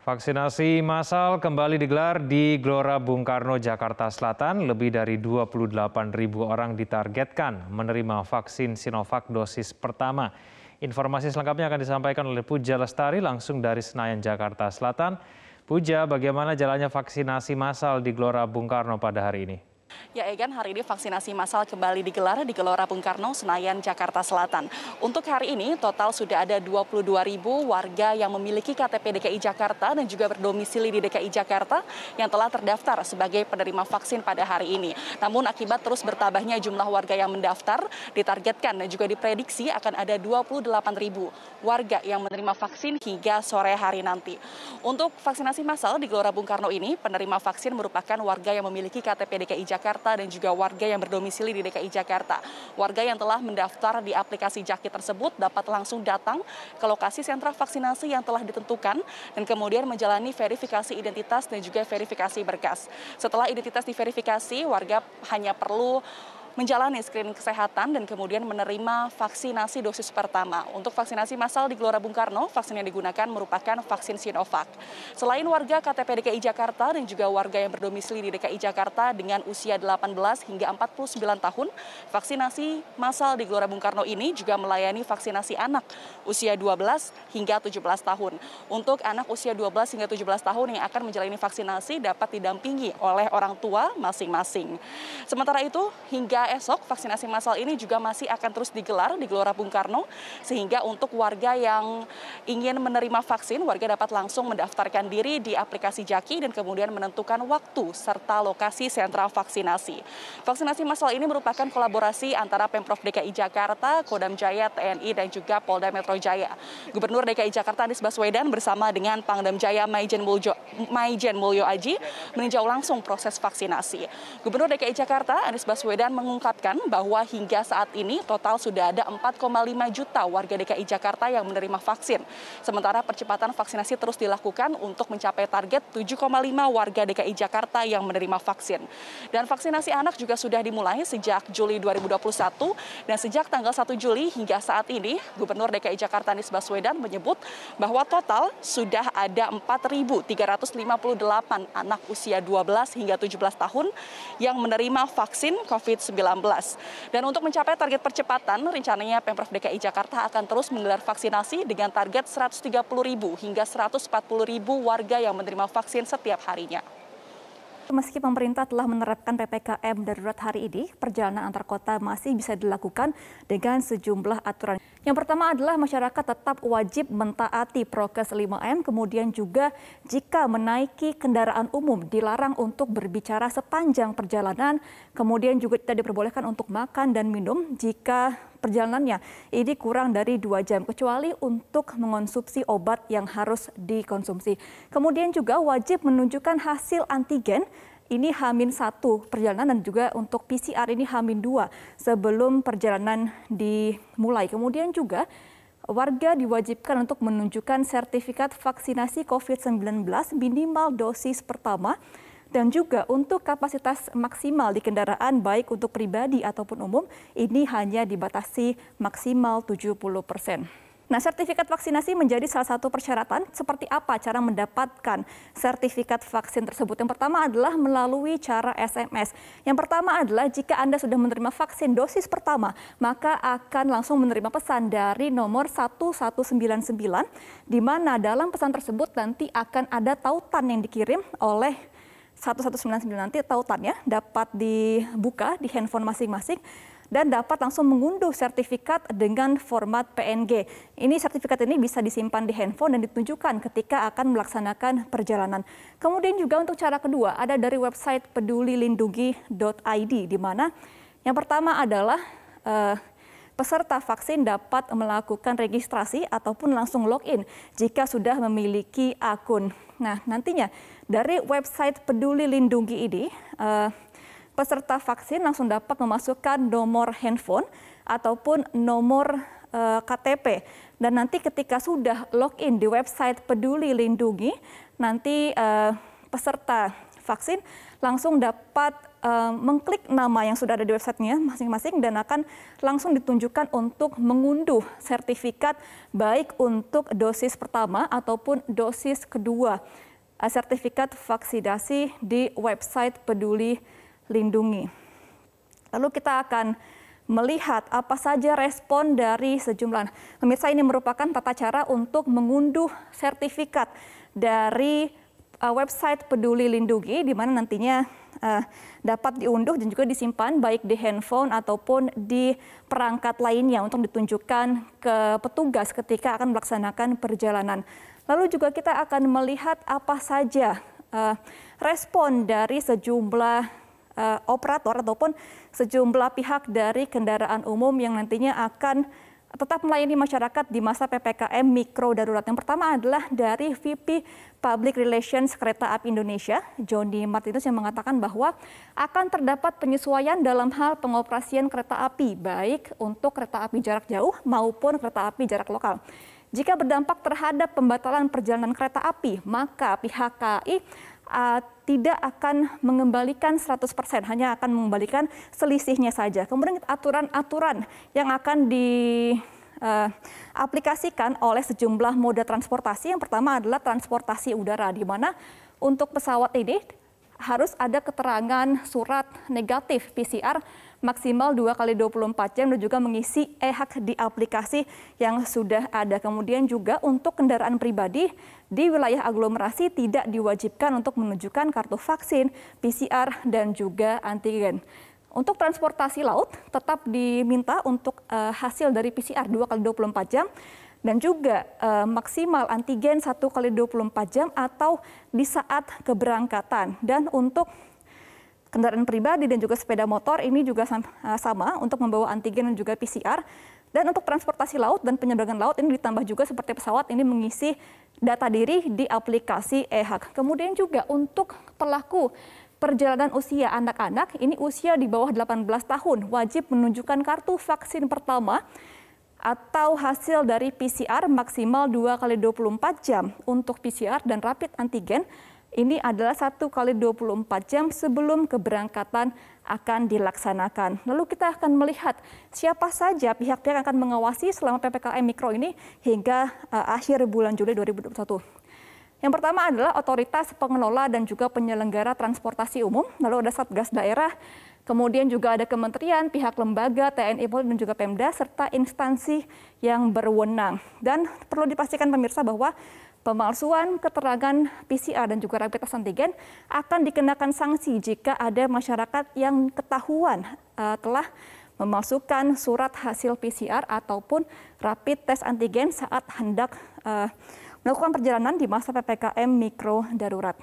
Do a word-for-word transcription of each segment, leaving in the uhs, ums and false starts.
Vaksinasi massal kembali digelar di Gelora Bung Karno, Jakarta Selatan. Lebih dari dua puluh delapan ribu orang ditargetkan menerima vaksin Sinovac dosis pertama. Informasi selengkapnya akan disampaikan oleh Puja Lestari langsung dari Senayan, Jakarta Selatan. Puja, bagaimana jalannya vaksinasi massal di Gelora Bung Karno pada hari ini? Ya Egan, hari ini vaksinasi massal kembali digelar di Gelora Bung Karno, Senayan, Jakarta Selatan. Untuk hari ini total sudah ada dua puluh dua ribu warga yang memiliki K T P D K I Jakarta dan juga berdomisili di D K I Jakarta yang telah terdaftar sebagai penerima vaksin pada hari ini. Namun akibat terus bertambahnya jumlah warga yang mendaftar, ditargetkan dan juga diprediksi akan ada dua puluh delapan ribu warga yang menerima vaksin hingga sore hari nanti. Untuk vaksinasi massal di Gelora Bung Karno ini, penerima vaksin merupakan warga yang memiliki K T P D K I Jakarta Jakarta dan juga warga yang berdomisili di D K I Jakarta. Warga yang telah mendaftar di aplikasi Jaki tersebut dapat langsung datang ke lokasi sentra vaksinasi yang telah ditentukan dan kemudian menjalani verifikasi identitas dan juga verifikasi berkas. Setelah identitas diverifikasi, warga hanya perlu menjalani screening kesehatan dan kemudian menerima vaksinasi dosis pertama. Untuk vaksinasi massal di Gelora Bung Karno, vaksin yang digunakan merupakan vaksin Sinovac. Selain warga K T P D K I Jakarta dan juga warga yang berdomisili di D K I Jakarta dengan usia delapan belas hingga empat puluh sembilan tahun, vaksinasi massal di Gelora Bung Karno ini juga melayani vaksinasi anak usia dua belas hingga tujuh belas tahun. Untuk anak usia dua belas hingga tujuh belas tahun yang akan menjalani vaksinasi dapat didampingi oleh orang tua masing-masing. Sementara itu, hingga esok vaksinasi massal ini juga masih akan terus digelar di Gelora Bung Karno, sehingga untuk warga yang ingin menerima vaksin, warga dapat langsung mendaftarkan diri di aplikasi Jaki dan kemudian menentukan waktu serta lokasi sentra vaksinasi. Vaksinasi massal ini merupakan kolaborasi antara Pemprov D K I Jakarta, Kodam Jaya, T N I dan juga Polda Metro Jaya. Gubernur D K I Jakarta Anies Baswedan bersama dengan Pangdam Jaya Maijen Muljo, Maijen Mulyo Aji meninjau langsung proses vaksinasi. Gubernur D K I Jakarta Anies Baswedan mengungkapkan bahwa hingga saat ini total sudah ada empat koma lima juta warga D K I Jakarta yang menerima vaksin. Sementara percepatan vaksinasi terus dilakukan untuk mencapai target tujuh koma lima warga D K I Jakarta yang menerima vaksin. Dan vaksinasi anak juga sudah dimulai sejak Juli dua ribu dua puluh satu dan sejak tanggal satu Juli hingga saat ini Gubernur D K I Jakarta Anies Baswedan menyebut bahwa total sudah ada empat ribu tiga ratus lima puluh delapan anak usia dua belas hingga tujuh belas tahun yang menerima vaksin covid sembilan belas. Dan untuk mencapai target percepatan, rencananya Pemprov D K I Jakarta akan terus menggelar vaksinasi dengan target seratus tiga puluh ribu hingga seratus empat puluh ribu warga yang menerima vaksin setiap harinya. Meski pemerintah telah menerapkan P P K M darurat hari ini, perjalanan antar kota masih bisa dilakukan dengan sejumlah aturan. Yang pertama adalah masyarakat tetap wajib mentaati prokes lima M, kemudian juga jika menaiki kendaraan umum dilarang untuk berbicara sepanjang perjalanan, kemudian juga tidak diperbolehkan untuk makan dan minum jika perjalanannya ini kurang dari dua jam, kecuali untuk mengonsumsi obat yang harus dikonsumsi. Kemudian juga wajib menunjukkan hasil antigen, ini H minus satu perjalanan dan juga untuk P C R ini H minus dua sebelum perjalanan dimulai. Kemudian juga warga diwajibkan untuk menunjukkan sertifikat vaksinasi covid sembilan belas minimal dosis pertama. Dan juga untuk kapasitas maksimal di kendaraan baik untuk pribadi ataupun umum ini hanya dibatasi maksimal tujuh puluh persen. Nah, sertifikat vaksinasi menjadi salah satu persyaratan. Seperti apa cara mendapatkan sertifikat vaksin tersebut? Yang pertama adalah melalui cara S M S. Yang pertama adalah jika Anda sudah menerima vaksin dosis pertama, maka akan langsung menerima pesan dari nomor satu satu sembilan sembilan, di mana dalam pesan tersebut nanti akan ada tautan yang dikirim oleh satu satu sembilan sembilan, nanti tautannya dapat dibuka di handphone masing-masing dan dapat langsung mengunduh sertifikat dengan format P N G. Ini sertifikat ini bisa disimpan di handphone dan ditunjukkan ketika akan melaksanakan perjalanan. Kemudian juga untuk cara kedua ada dari website peduli lindungi dot I D, di mana yang pertama adalah uh, peserta vaksin dapat melakukan registrasi ataupun langsung login jika sudah memiliki akun. Nah, nantinya dari website Peduli Lindungi ini, eh, peserta vaksin langsung dapat memasukkan nomor handphone ataupun nomor eh, K T P. Dan nanti ketika sudah login di website Peduli Lindungi, nanti eh, peserta vaksin langsung dapat uh, mengklik nama yang sudah ada di websitenya masing-masing dan akan langsung ditunjukkan untuk mengunduh sertifikat baik untuk dosis pertama ataupun dosis kedua. Uh, sertifikat vaksinasi di website Peduli Lindungi. Lalu kita akan melihat apa saja respon dari sejumlah. Pemirsa, ini merupakan tata cara untuk mengunduh sertifikat dari uh, website Peduli Lindungi, di mana nantinya uh, dapat diunduh dan juga disimpan baik di handphone ataupun di perangkat lainnya untuk ditunjukkan ke petugas ketika akan melaksanakan perjalanan. Lalu juga kita akan melihat apa saja uh, respon dari sejumlah Uh, operator ataupun sejumlah pihak dari kendaraan umum yang nantinya akan tetap melayani masyarakat di masa P P K M mikro darurat. Yang pertama adalah dari V P Public Relations Kereta Api Indonesia, Joni Martinus, yang mengatakan bahwa akan terdapat penyesuaian dalam hal pengoperasian kereta api, baik untuk kereta api jarak jauh maupun kereta api jarak lokal. Jika berdampak terhadap pembatalan perjalanan kereta api, maka pihak K A I Uh, tidak akan mengembalikan seratus persen, hanya akan mengembalikan selisihnya saja. Kemudian aturan-aturan yang akan diaplikasikan uh, oleh sejumlah moda transportasi. Yang pertama adalah transportasi udara, di mana untuk pesawat ini harus ada keterangan surat negatif P C R maksimal dua kali dua puluh empat jam dan juga mengisi e-hak di aplikasi yang sudah ada. Kemudian juga untuk kendaraan pribadi di wilayah aglomerasi tidak diwajibkan untuk menunjukkan kartu vaksin, P C R, dan juga antigen. Untuk transportasi laut tetap diminta untuk uh, hasil dari P C R dua kali dua puluh empat jam dan juga uh, maksimal antigen satu kali dua puluh empat jam atau di saat keberangkatan. Dan untuk kendaraan pribadi dan juga sepeda motor ini juga sama untuk membawa antigen dan juga P C R. Dan untuk transportasi laut dan penyeberangan laut ini ditambah juga seperti pesawat ini mengisi data diri di aplikasi e-hak. Kemudian juga untuk pelaku perjalanan usia anak-anak, ini usia di bawah delapan belas tahun, wajib menunjukkan kartu vaksin pertama atau hasil dari P C R maksimal dua kali dua puluh empat jam. Untuk P C R dan rapid antigen ini adalah satu kali dua puluh empat jam sebelum keberangkatan akan dilaksanakan. Lalu kita akan melihat siapa saja pihak-pihak yang akan mengawasi selama P P K M Mikro ini hingga uh, akhir bulan Juli dua ribu dua puluh satu. Yang pertama adalah otoritas pengelola dan juga penyelenggara transportasi umum, lalu ada Satgas Daerah, kemudian juga ada kementerian, pihak lembaga, T N I Polri dan juga Pemda, serta instansi yang berwenang. Dan perlu dipastikan pemirsa bahwa pemalsuan keterangan P C R dan juga rapid test antigen akan dikenakan sanksi jika ada masyarakat yang ketahuan uh, telah memalsukan surat hasil P C R ataupun rapid test antigen saat hendak uh, melakukan perjalanan di masa P P K M mikro darurat.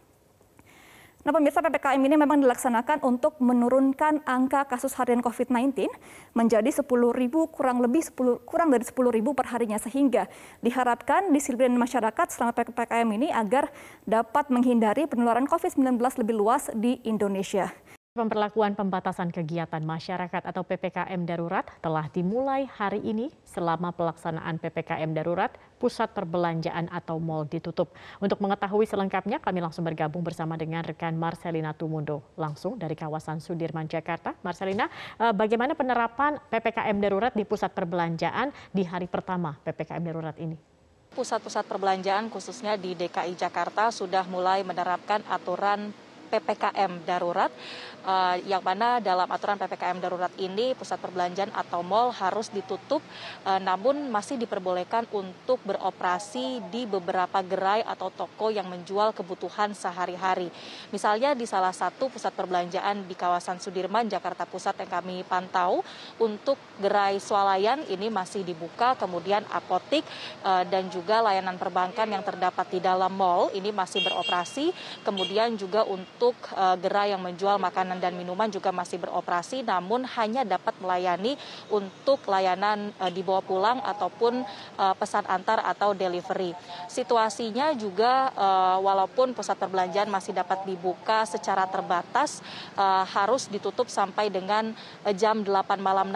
Nah, pemirsa, P P K M ini memang dilaksanakan untuk menurunkan angka kasus harian COVID sembilan belas menjadi sepuluh ribu, kurang lebih sepuluh, kurang dari sepuluh ribu per harinya, sehingga diharapkan disiplin masyarakat selama P P K M ini agar dapat menghindari penularan COVID sembilan belas lebih luas di Indonesia. Pemberlakuan pembatasan kegiatan masyarakat atau P P K M darurat telah dimulai hari ini. Selama pelaksanaan P P K M darurat, pusat perbelanjaan atau mal ditutup. Untuk mengetahui selengkapnya, kami langsung bergabung bersama dengan rekan Marcelina Tumundo, langsung dari kawasan Sudirman, Jakarta. Marcelina, bagaimana penerapan P P K M darurat di pusat perbelanjaan di hari pertama P P K M darurat ini? Pusat-pusat perbelanjaan khususnya di D K I Jakarta sudah mulai menerapkan aturan P P K M darurat, uh, yang mana dalam aturan P P K M darurat ini pusat perbelanjaan atau mal harus ditutup, uh, namun masih diperbolehkan untuk beroperasi di beberapa gerai atau toko yang menjual kebutuhan sehari-hari. Misalnya di salah satu pusat perbelanjaan di kawasan Sudirman, Jakarta Pusat yang kami pantau, untuk gerai swalayan ini masih dibuka, kemudian apotik uh, dan juga layanan perbankan yang terdapat di dalam mal ini masih beroperasi, kemudian juga untuk Untuk uh, gerai yang menjual makanan dan minuman juga masih beroperasi, namun hanya dapat melayani untuk layanan uh, dibawa pulang ataupun uh, pesan antar atau delivery. Situasinya juga uh, walaupun pusat perbelanjaan masih dapat dibuka secara terbatas, uh, harus ditutup sampai dengan uh, jam delapan malam nanti.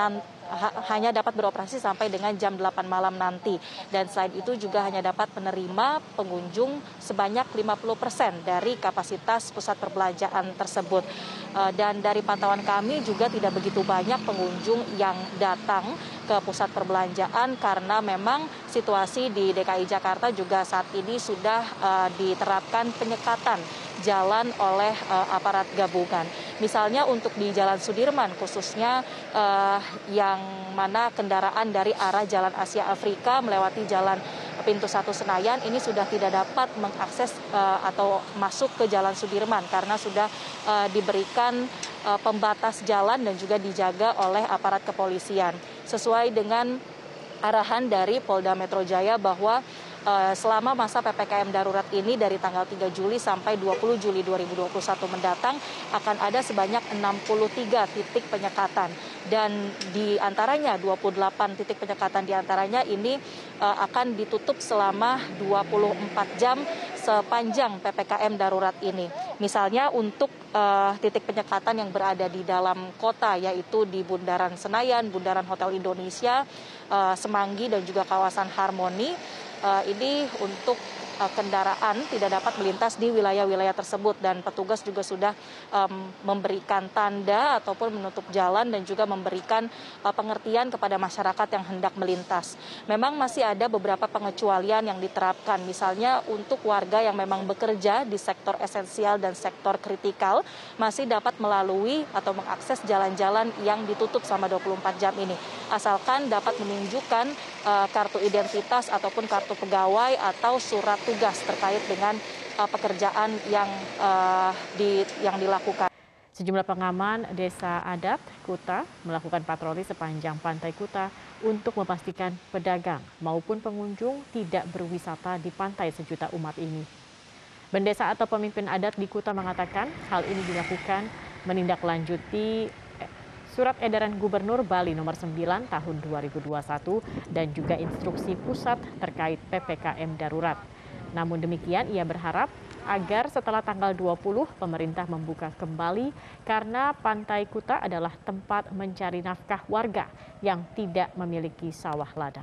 ha- hanya dapat beroperasi sampai dengan jam delapan malam nanti. Dan selain itu juga hanya dapat menerima pengunjung sebanyak lima puluh persen dari kapasitas pusat perbelanjaan tersebut. Uh, dan dari pantauan kami juga tidak begitu banyak pengunjung yang datang ke pusat perbelanjaan karena memang situasi di D K I Jakarta juga saat ini sudah uh, diterapkan penyekatan jalan oleh uh, aparat gabungan. Misalnya untuk di Jalan Sudirman khususnya uh, yang mana kendaraan dari arah Jalan Asia Afrika melewati Jalan Pintu Satu Senayan ini sudah tidak dapat mengakses uh, atau masuk ke Jalan Sudirman karena sudah uh, diberikan uh, pembatas jalan dan juga dijaga oleh aparat kepolisian. Sesuai dengan arahan dari Polda Metro Jaya bahwa uh, selama masa P P K M darurat ini dari tanggal tiga Juli sampai dua puluh Juli dua ribu dua puluh satu mendatang akan ada sebanyak enam puluh tiga titik penyekatan. Dan di antaranya dua puluh delapan titik penyekatan di antaranya ini uh, akan ditutup selama dua puluh empat jam sepanjang P P K M darurat ini. Misalnya untuk uh, titik penyekatan yang berada di dalam kota yaitu di Bundaran Senayan, Bundaran Hotel Indonesia, uh, Semanggi dan juga kawasan Harmoni. Uh, ini untuk uh, kendaraan tidak dapat melintas di wilayah-wilayah tersebut dan petugas juga sudah um, memberikan tanda ataupun menutup jalan dan juga memberikan uh, pengertian kepada masyarakat yang hendak melintas. Memang masih ada beberapa pengecualian yang diterapkan, misalnya untuk warga yang memang bekerja di sektor esensial dan sektor kritikal masih dapat melalui atau mengakses jalan-jalan yang ditutup selama dua puluh empat jam ini, asalkan dapat menunjukkan uh, kartu identitas ataupun kartu pegawai atau surat tugas terkait dengan uh, pekerjaan yang uh, di yang dilakukan. Sejumlah pengaman Desa Adat Kuta melakukan patroli sepanjang Pantai Kuta untuk memastikan pedagang maupun pengunjung tidak berwisata di pantai sejuta umat ini. Bendesa atau pemimpin adat di Kuta mengatakan hal ini dilakukan menindaklanjuti Surat Edaran Gubernur Bali nomor sembilan tahun dua ribu dua puluh satu dan juga instruksi pusat terkait P P K M darurat. Namun demikian ia berharap agar setelah tanggal dua puluh pemerintah membuka kembali karena Pantai Kuta adalah tempat mencari nafkah warga yang tidak memiliki sawah ladang.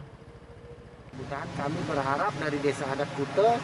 Kemudian kami berharap dari Desa Adat Kuta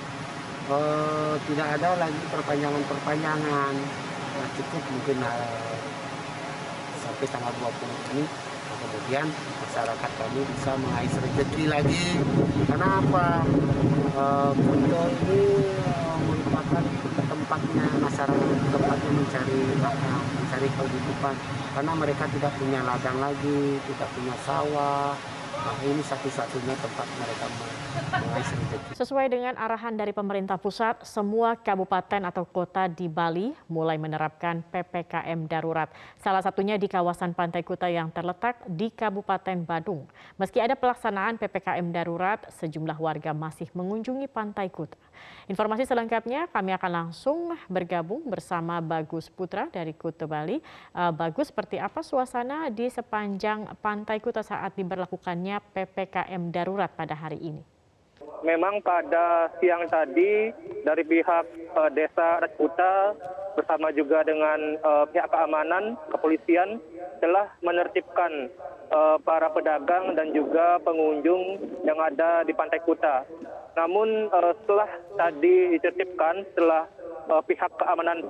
eh, tidak ada lagi perpanjangan-perpanjangan. Nah, cukup mungkin eh, sampai tanggal dua puluh ini, kemudian masyarakat kami bisa mengais rezeki lagi. Karena apa? E, Kuta ini e, merupakan tempatnya masyarakat, tempatnya mencari makan, mencari kehidupan. Karena mereka tidak punya ladang lagi, tidak punya sawah. Nah, ini satu-satunya tempat mereka mengais rezeki. Sesuai dengan arahan dari pemerintah pusat, semua kabupaten atau kota di Bali mulai menerapkan P P K M darurat. Salah satunya di kawasan Pantai Kuta yang terletak di Kabupaten Badung. Meski ada pelaksanaan P P K M darurat, sejumlah warga masih mengunjungi Pantai Kuta. Informasi selengkapnya kami akan langsung bergabung bersama Bagus Putra dari Kuta Bali. Uh, Bagus, seperti apa suasana di sepanjang Pantai Kuta saat diberlakukannya P P K M darurat pada hari ini? Memang pada siang tadi dari pihak uh, Desa Adat Kuta bersama juga dengan uh, pihak keamanan, kepolisian telah menertibkan uh, para pedagang dan juga pengunjung yang ada di Pantai Kuta. Namun uh, setelah tadi ditertibkan, setelah uh, pihak keamanan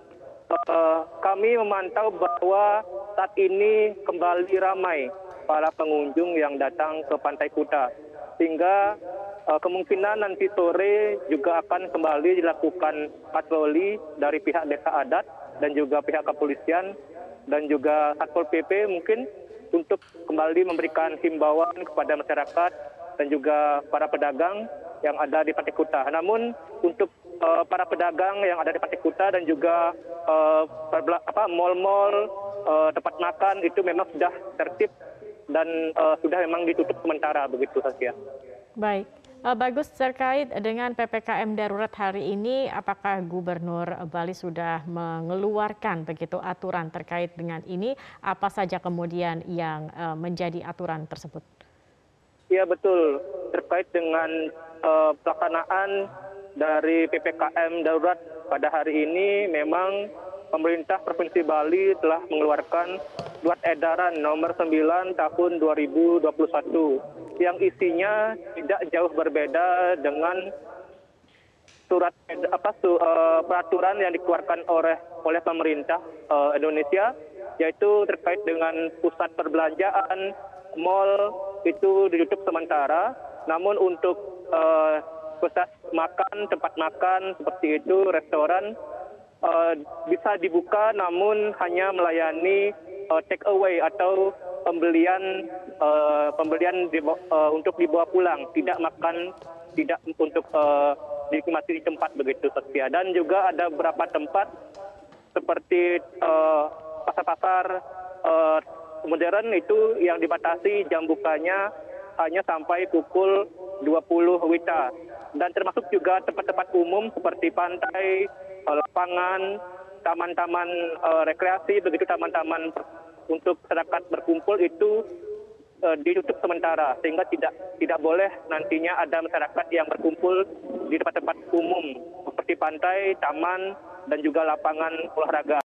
uh, kami memantau bahwa saat ini kembali ramai para pengunjung yang datang ke Pantai Kuta. Sehingga uh, kemungkinan nanti sore juga akan kembali dilakukan patroli dari pihak Desa Adat dan juga pihak kepolisian dan juga Satpol P P mungkin untuk kembali memberikan himbauan kepada masyarakat dan juga para pedagang yang ada di Pantai Kuta. Namun untuk uh, para pedagang yang ada di Pantai Kuta dan juga uh, apa mal-mal, uh, tempat makan itu memang sudah tertib dan uh, sudah memang ditutup sementara begitu saja. Baik, uh, Bagus, terkait dengan P P K M darurat hari ini, apakah Gubernur Bali sudah mengeluarkan begitu aturan terkait dengan ini? Apa saja kemudian yang uh, menjadi aturan tersebut? Ya betul, terkait dengan uh, pelaksanaan dari P P K M darurat pada hari ini memang pemerintah Provinsi Bali telah mengeluarkan surat edaran nomor sembilan tahun dua ribu dua puluh satu yang isinya tidak jauh berbeda dengan surat apa su, uh, peraturan yang dikeluarkan oleh oleh pemerintah uh, Indonesia, yaitu terkait dengan pusat perbelanjaan, mal itu ditutup sementara, namun untuk uh, pusat makan, tempat makan seperti itu, restoran uh, bisa dibuka, namun hanya melayani uh, take away atau pembelian uh, pembelian di, uh, untuk dibawa pulang, tidak makan, tidak untuk uh, dinikmati di tempat begitu, Setia. Dan juga ada beberapa tempat seperti uh, pasar-pasar uh, modern itu yang dibatasi jam bukanya hanya sampai pukul dua puluh wita. Dan termasuk juga tempat-tempat umum seperti pantai, lapangan, taman-taman uh, rekreasi, begitu taman-taman untuk masyarakat berkumpul itu uh, ditutup sementara, sehingga tidak tidak boleh nantinya ada masyarakat yang berkumpul di tempat-tempat umum seperti pantai, taman, dan juga lapangan olahraga.